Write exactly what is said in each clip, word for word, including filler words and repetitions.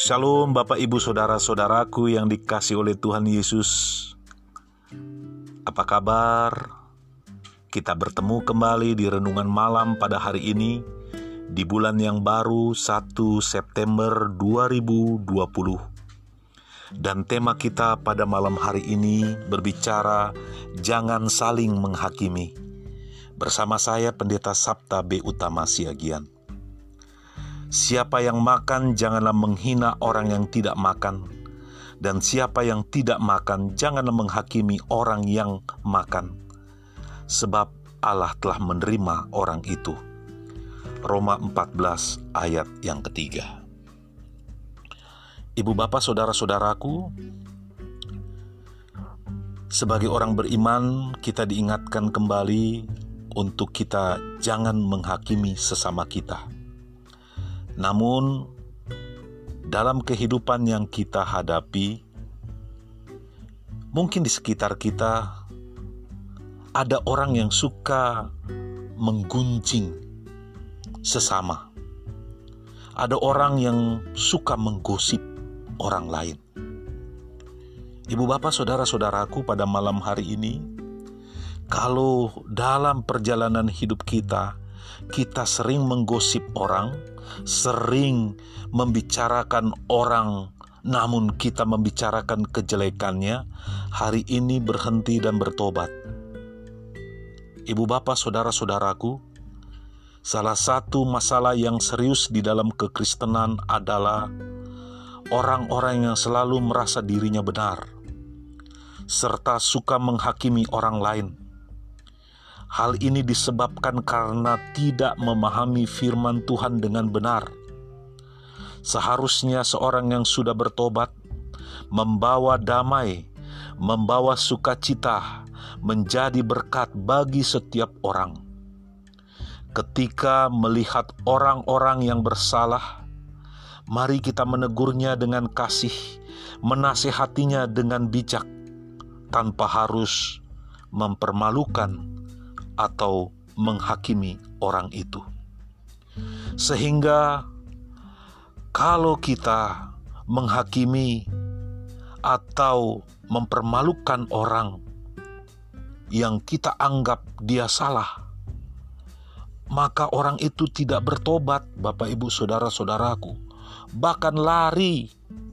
Shalom Bapak Ibu Saudara-saudaraku yang dikasihi oleh Tuhan Yesus. Apa kabar? Kita bertemu kembali di renungan malam pada hari ini di bulan yang baru satu September dua ribu dua puluh. Dan tema kita pada malam hari ini berbicara jangan saling menghakimi. Bersama saya Pendeta Sabta B. Utama Siagian. Siapa yang makan janganlah menghina orang yang tidak makan, dan siapa yang tidak makan janganlah menghakimi orang yang makan, sebab Allah telah menerima orang itu. Roma empat belas ayat yang ketiga. Ibu bapak saudara-saudaraku, sebagai orang beriman kita diingatkan kembali untuk kita jangan menghakimi sesama kita. Namun, dalam kehidupan yang kita hadapi, mungkin di sekitar kita ada orang yang suka menggunjing sesama. Ada orang yang suka menggosip orang lain. Ibu bapak saudara-saudaraku, pada malam hari ini, kalau dalam perjalanan hidup kita, kita sering menggosip orang, sering membicarakan orang, namun kita membicarakan kejelekannya, hari ini berhenti dan bertobat. Ibu bapak saudara-saudaraku, salah satu masalah yang serius di dalam kekristenan adalah orang-orang yang selalu merasa dirinya benar, serta suka menghakimi orang lain. Hal ini disebabkan karena tidak memahami firman Tuhan dengan benar. Seharusnya seorang yang sudah bertobat membawa damai, membawa sukacita, menjadi berkat bagi setiap orang. Ketika melihat orang-orang yang bersalah, mari kita menegurnya dengan kasih, menasihatinya dengan bijak, tanpa harus mempermalukan atau menghakimi orang itu. Sehingga kalau kita menghakimi atau mempermalukan orang yang kita anggap dia salah, maka orang itu tidak bertobat, Bapak Ibu Saudara-saudaraku, bahkan lari.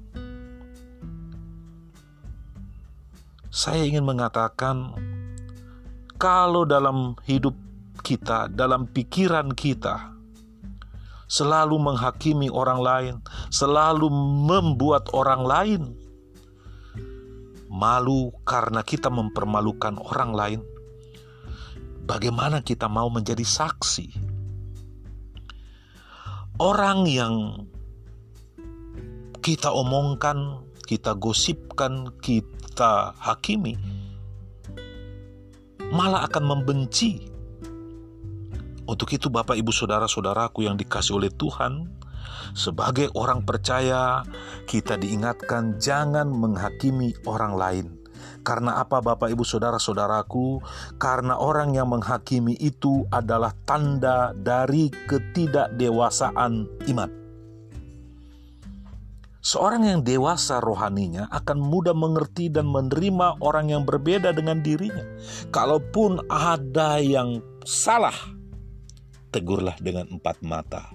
Saya ingin mengatakan, kalau dalam hidup kita, dalam pikiran kita, selalu menghakimi orang lain, selalu membuat orang lain malu karena kita mempermalukan orang lain, bagaimana kita mau menjadi saksi? Orang yang kita omongkan, kita gosipkan, kita hakimi, malah akan membenci. Untuk itu Bapak Ibu Saudara-saudaraku yang dikasihi oleh Tuhan, sebagai orang percaya kita diingatkan jangan menghakimi orang lain. Karena apa Bapak Ibu Saudara-saudaraku? Karena orang yang menghakimi itu adalah tanda dari ketidakdewasaan iman. Seorang yang dewasa rohaninya akan mudah mengerti dan menerima orang yang berbeda dengan dirinya. Kalaupun ada yang salah, tegurlah dengan empat mata.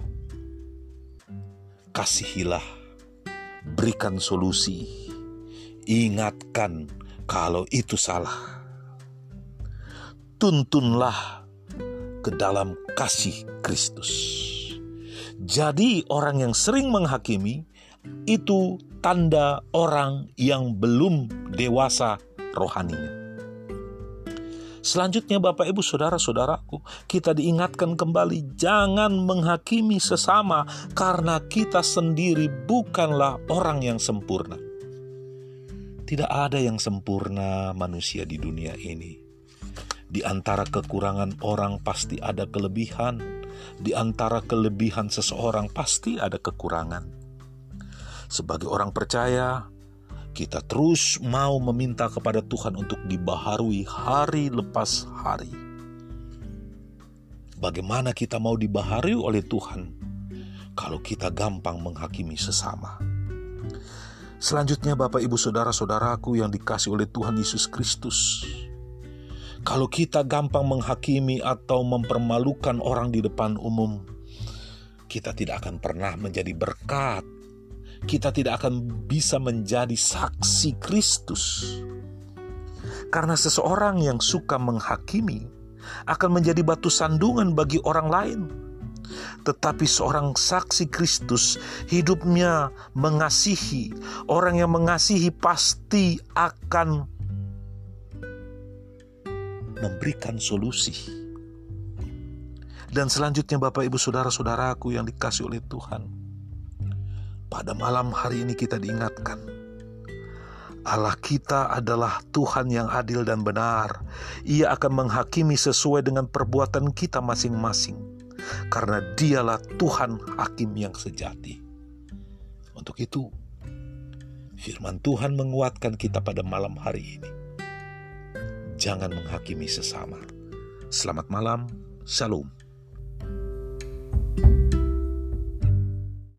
Kasihilah, berikan solusi, ingatkan kalau itu salah. Tuntunlah ke dalam kasih Kristus. Jadi orang yang sering menghakimi itu tanda orang yang belum dewasa rohaninya. Selanjutnya Bapak Ibu Saudara-saudaraku, kita diingatkan kembali jangan menghakimi sesama karena kita sendiri bukanlah orang yang sempurna. Tidak ada yang sempurna manusia di dunia ini. Di antara kekurangan orang pasti ada kelebihan. Di antara kelebihan seseorang pasti ada kekurangan. Sebagai orang percaya, kita terus mau meminta kepada Tuhan untuk dibaharui hari lepas hari. Bagaimana kita mau dibaharui oleh Tuhan kalau kita gampang menghakimi sesama? Selanjutnya Bapak Ibu Saudara-saudaraku yang dikasihi oleh Tuhan Yesus Kristus, kalau kita gampang menghakimi atau mempermalukan orang di depan umum, kita tidak akan pernah menjadi berkat. Kita tidak akan bisa menjadi saksi Kristus. Karena seseorang yang suka menghakimi akan menjadi batu sandungan bagi orang lain. Tetapi seorang saksi Kristus hidupnya mengasihi. Orang yang mengasihi pasti akan memberikan solusi. Dan selanjutnya Bapak Ibu Saudara-saudaraku yang dikasihi oleh Tuhan, pada malam hari ini kita diingatkan, Allah kita adalah Tuhan yang adil dan benar. Ia akan menghakimi sesuai dengan perbuatan kita masing-masing, karena Dialah Tuhan Hakim yang sejati. Untuk itu, firman Tuhan menguatkan kita pada malam hari ini. Jangan menghakimi sesama. Selamat malam, Shalom.